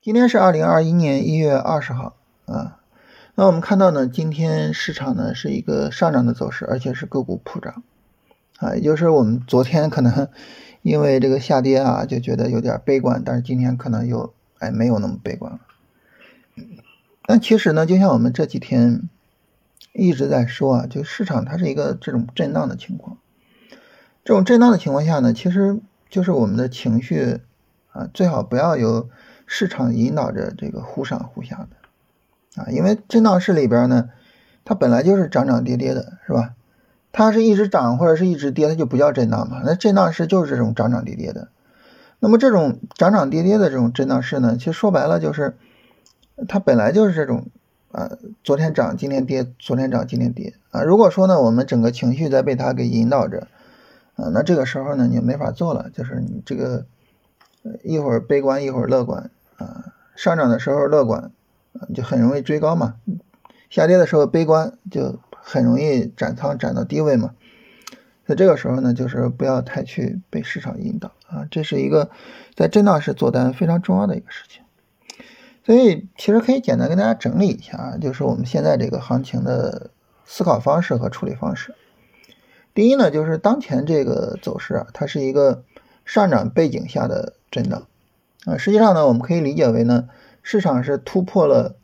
今天是2021年1月20号啊。那我们看到呢，今天市场呢是一个上涨的走势，而且是个股普涨啊，也就是我们昨天可能因为这个下跌啊就觉得有点悲观，但是今天可能又没有那么悲观了。但其实呢，就像我们这几天一直在说啊，就市场它是一个这种震荡的情况。这种震荡的情况下呢，其实就是我们的情绪啊，最好不要由市场引导着这个忽上忽下的啊，因为震荡市里边呢，它本来就是涨涨跌跌的，是吧？它是一直涨或者是一直跌，它就不叫震荡嘛。那震荡市就是这种涨涨跌跌的。那么这种涨涨跌跌的这种震荡市呢，其实说白了就是它本来就是这种昨天涨今天跌，昨天涨今天跌啊。如果说呢，我们整个情绪在被它给引导着那这个时候呢，你没法做了，就是你这个一会儿悲观一会儿乐观啊，上涨的时候乐观就很容易追高嘛，下跌的时候悲观就很容易斩仓斩到低位嘛。所以这个时候呢，就是不要太去被市场引导啊，这是一个在震荡市做单非常重要的一个事情。所以其实可以简单跟大家整理一下啊，就是我们现在这个行情的思考方式和处理方式。第一呢，就是当前这个走势啊，它是一个上涨背景下的震荡啊。实际上呢，我们可以理解为呢，市场是突破了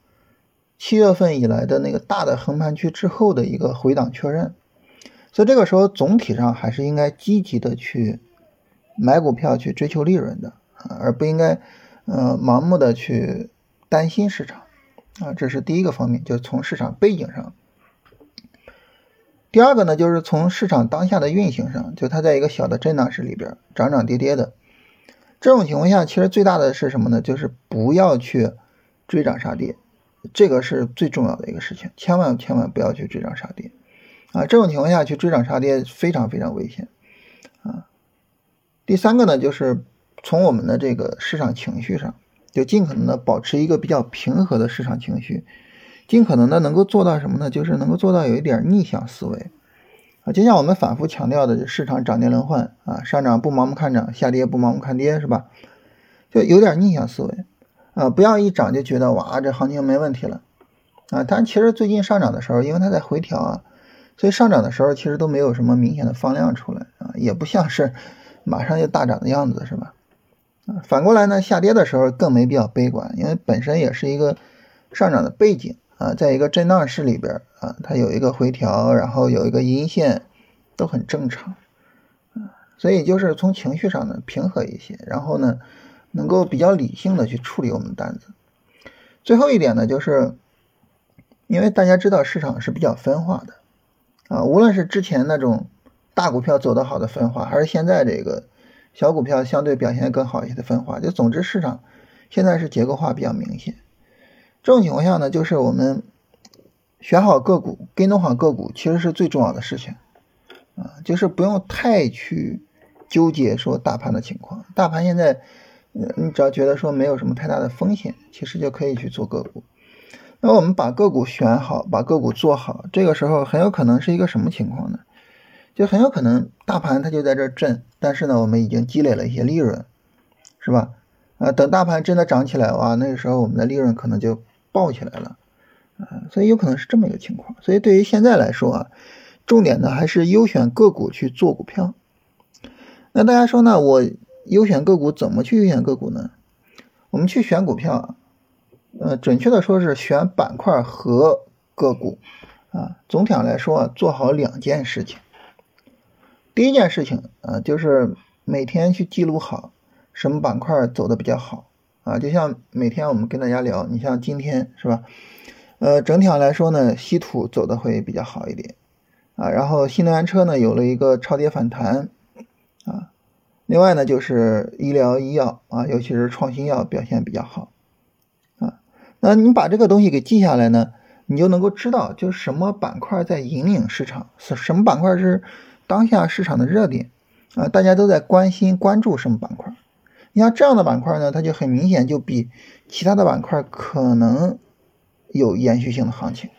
7月份以来的那个大的横盘区之后的一个回档确认，所以这个时候总体上还是应该积极的去买股票去追求利润的而不应该盲目的去担心市场啊。这是第一个方面，就是从市场背景上。第二个呢，就是从市场当下的运行上，就它在一个小的震荡市里边涨涨跌跌的这种情况下，其实最大的是什么呢？就是不要去追涨杀跌，这个是最重要的一个事情，千万不要去追涨杀跌啊！这种情况下去追涨杀跌非常危险啊。第三个呢，就是从我们的这个市场情绪上，就尽可能的保持一个比较平和的市场情绪，尽可能的能够做到什么呢？就是能够做到有一点逆向思维啊，就像我们反复强调的，市场涨跌轮换啊，上涨不盲目看涨，下跌不盲目看跌，是吧？就有点逆向思维啊，不要一涨就觉得哇，这行情没问题了啊。但其实最近上涨的时候，因为它在回调啊，所以上涨的时候其实都没有什么明显的放量出来啊，也不像是马上就大涨的样子，是吧？反过来呢，下跌的时候更没必要悲观，因为本身也是一个上涨的背景啊，在一个震荡市里边啊，它有一个回调，然后有一个阴线，都很正常所以就是从情绪上呢平和一些，然后呢能够比较理性的去处理我们的单子。最后一点呢，就是因为大家知道市场是比较分化的啊，无论是之前那种大股票走得好的分化，还是现在这个小股票相对表现更好一些的分化，就总之市场现在是结构化比较明显。这种情况下呢，就是我们选好个股，跟踪好个股其实是最重要的事情啊，就是不用太去纠结说大盘的情况。大盘现在你只要觉得说没有什么太大的风险，其实就可以去做个股。那我们把个股选好，把个股做好，这个时候很有可能是一个什么情况呢？就很有可能大盘它就在这震，但是呢我们已经积累了一些利润，是吧？等大盘真的涨起来，哇，那个时候我们的利润可能就爆起来了所以有可能是这么一个情况。所以对于现在来说啊，重点呢还是优选个股去做股票。那大家说呢，我优选个股怎么去优选个股呢？我们去选股票准确的说是选板块和个股总体上来说做好2件事情。第一件事情就是每天去记录好什么板块走的比较好就像每天我们跟大家聊，你像今天是吧？整体上来说呢，稀土走的会比较好一点然后新能源车呢有了一个超跌反弹另外呢就是医疗医药尤其是创新药表现比较好那你把这个东西给记下来呢，你就能够知道就是什么板块在引领市场，什么板块是当下市场的热点大家都在关心关注什么板块。你像这样的板块呢，它就很明显就比其他的板块可能有延续性的行情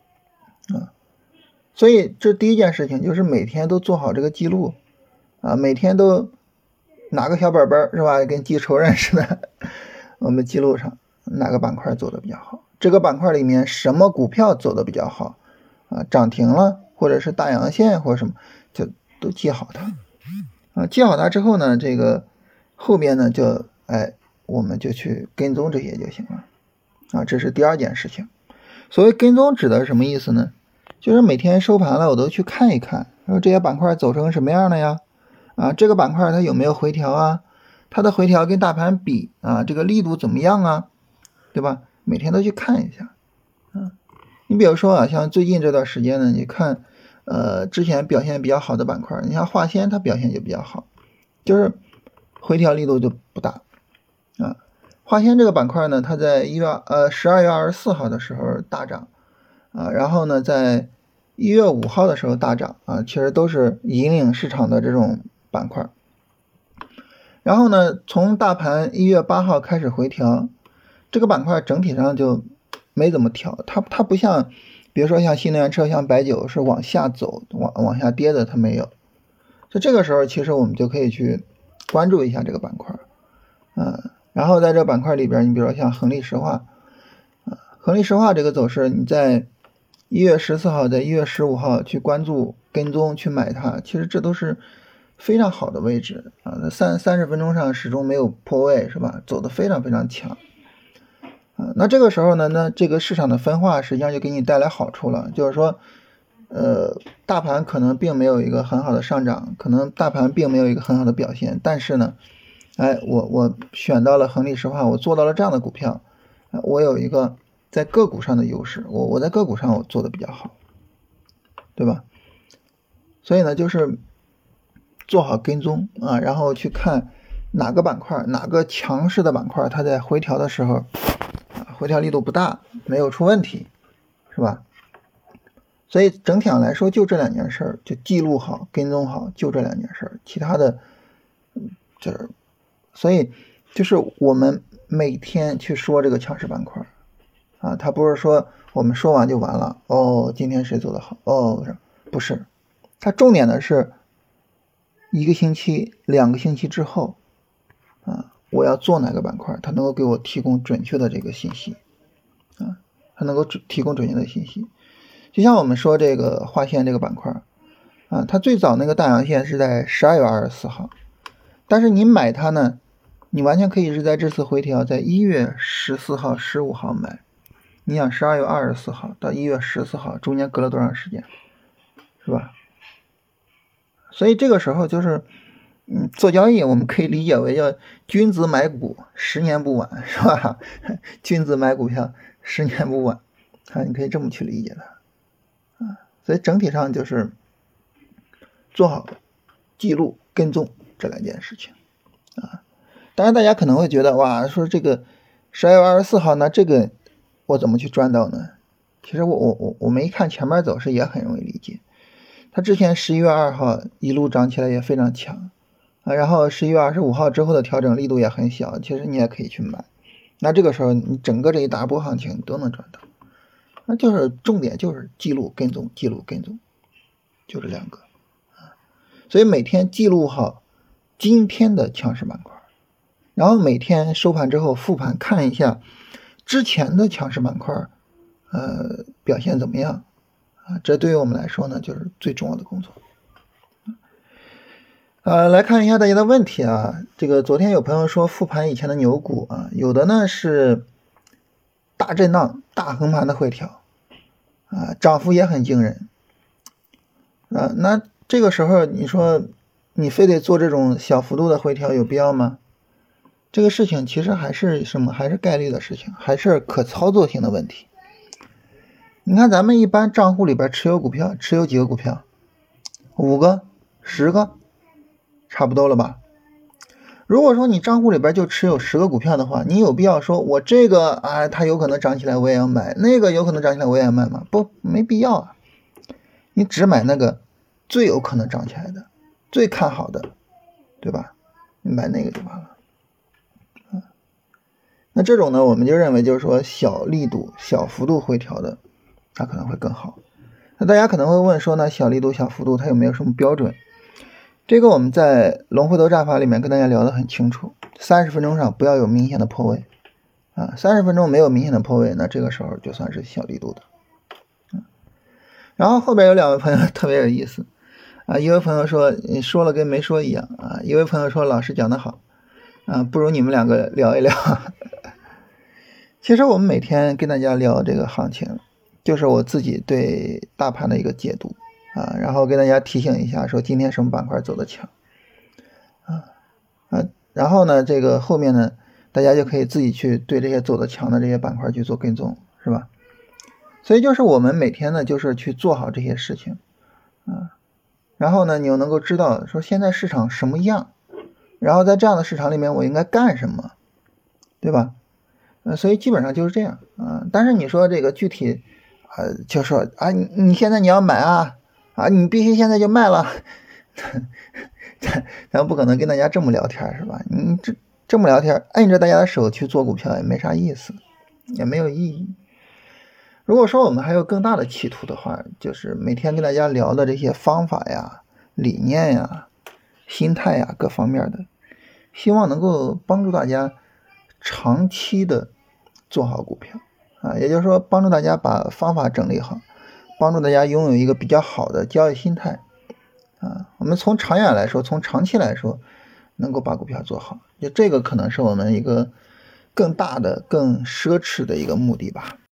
所以这第一件事情就是每天都做好这个记录每天都拿个小本本是吧，跟记仇人似的我们记录上哪个板块走的比较好，这个板块里面什么股票走的比较好啊，涨停了或者是大阳线或者什么，就都记好它啊。记好它之后呢，这个后边呢就我们就去跟踪这些就行了啊。这是第二件事情。所谓跟踪指的是什么意思呢？就是每天收盘了我都去看一看，说这些板块走成什么样了呀？啊，这个板块它有没有回调啊？它的回调跟大盘比啊，这个力度怎么样啊？对吧？每天都去看一下啊。你比如说啊，像最近这段时间呢，你看之前表现比较好的板块，你像化纤它表现就比较好，就是回调力度就不大啊。化纤这个板块呢，它在12月24号的时候大涨啊，然后呢在1月5号的时候大涨啊，其实都是引领市场的这种板块。然后呢，从大盘1月8号开始回调，这个板块整体上就没怎么调，它不像比如说像新能源车像白酒是往下走往下跌的，它没有。就这个时候其实我们就可以去关注一下这个板块然后在这个板块里边，你比如说像恒力石化恒力石化这个走势，你在1月14号在1月15号去关注跟踪去买它，其实这都是非常好的位置啊，在30分钟上始终没有破位，是吧？走得非常非常强啊。那这个时候呢，那这个市场的分化实际上就给你带来好处了，就是说大盘可能并没有一个很好的上涨，可能大盘并没有一个很好的表现，但是呢我选到了恒力石化，我做到了这样的股票我有一个在个股上的优势，我在个股上我做的比较好，对吧？所以呢，就是做好跟踪啊，然后去看哪个板块哪个强势的板块它在回调的时候回调力度不大，没有出问题，是吧？所以整体上来说就这两件事，就记录好跟踪好，就这两件事，其他的就是所以就是我们每天去说这个强势板块啊，它不是说我们说完就完了今天谁做得好不是，它重点的是1个星期2个星期之后我要做哪个板块，它能够给我提供准确的这个信息它能够提供准确的信息。就像我们说这个化纤这个板块它最早那个大阳线是在12月24号，但是你买它呢，你完全可以是在这次回调在1月14号15号买，你想12月24号到1月14号中间隔了多长时间，是吧？所以这个时候就是做交易我们可以理解为叫君子买股10年不晚，是吧？君子买股票10年不晚你可以这么去理解它所以整体上就是做好记录跟踪这两件事情当然大家可能会觉得哇，说这个12月24号那这个我怎么去赚到呢？其实我们一看前面走势也很容易理解，它之前11月2号一路涨起来也非常强然后11月25号之后的调整力度也很小，其实你也可以去买，那这个时候你整个这一大波行情都能赚到，那就是重点就是记录跟踪记录跟踪，就这两个所以每天记录好今天的强势板块，然后每天收盘之后复盘看一下之前的强势板块表现怎么样这对于我们来说呢就是最重要的工作来看一下大家的问题这个昨天有朋友说复盘以前的牛股有的呢是大震荡大横盘的回调涨幅也很惊人那这个时候你说你非得做这种小幅度的回调有必要吗？这个事情其实还是什么？还是概率的事情，还是可操作性的问题。你看咱们一般账户里边持有股票，持有几个股票？5个、10个，差不多了吧？如果说你账户里边就持有10个股票的话，你有必要说我这个它有可能涨起来我也要买，那个有可能涨起来我也要买吗？不，没必要你只买那个最有可能涨起来的，最看好的，对吧？你买那个就完了。那这种呢，我们就认为就是说小力度、小幅度回调的，它可能会更好。那大家可能会问说呢，小力度、小幅度它有没有什么标准？这个我们在龙回头战法里面跟大家聊得很清楚，30分钟上不要有明显的破位 30分钟没有明显的破位，那这个时候就算是小力度的。然后后边有2位朋友特别有意思一位朋友说你说了跟没说一样一位朋友说老师讲得好不如你们2个聊一聊。其实我们每天跟大家聊这个行情，就是我自己对大盘的一个解读然后跟大家提醒一下说今天什么板块走得强然后呢这个后面呢大家就可以自己去对这些走得强的这些板块去做跟踪，是吧？所以就是我们每天呢就是去做好这些事情然后呢你又能够知道说现在市场什么样，然后在这样的市场里面我应该干什么，对吧？所以基本上就是这样但是你说这个具体就说你现在你要买你必须现在就卖了咱不可能跟大家这么聊天是吧？你这么聊天按着大家的手去做股票也没啥意思，也没有意义。如果说我们还有更大的企图的话，就是每天跟大家聊的这些方法呀、理念呀、心态呀各方面的，希望能够帮助大家长期的做好股票也就是说帮助大家把方法整理好，帮助大家拥有一个比较好的交易心态我们从长远来说，从长期来说能够把股票做好，就这个可能是我们一个更大的更奢侈的一个目的吧。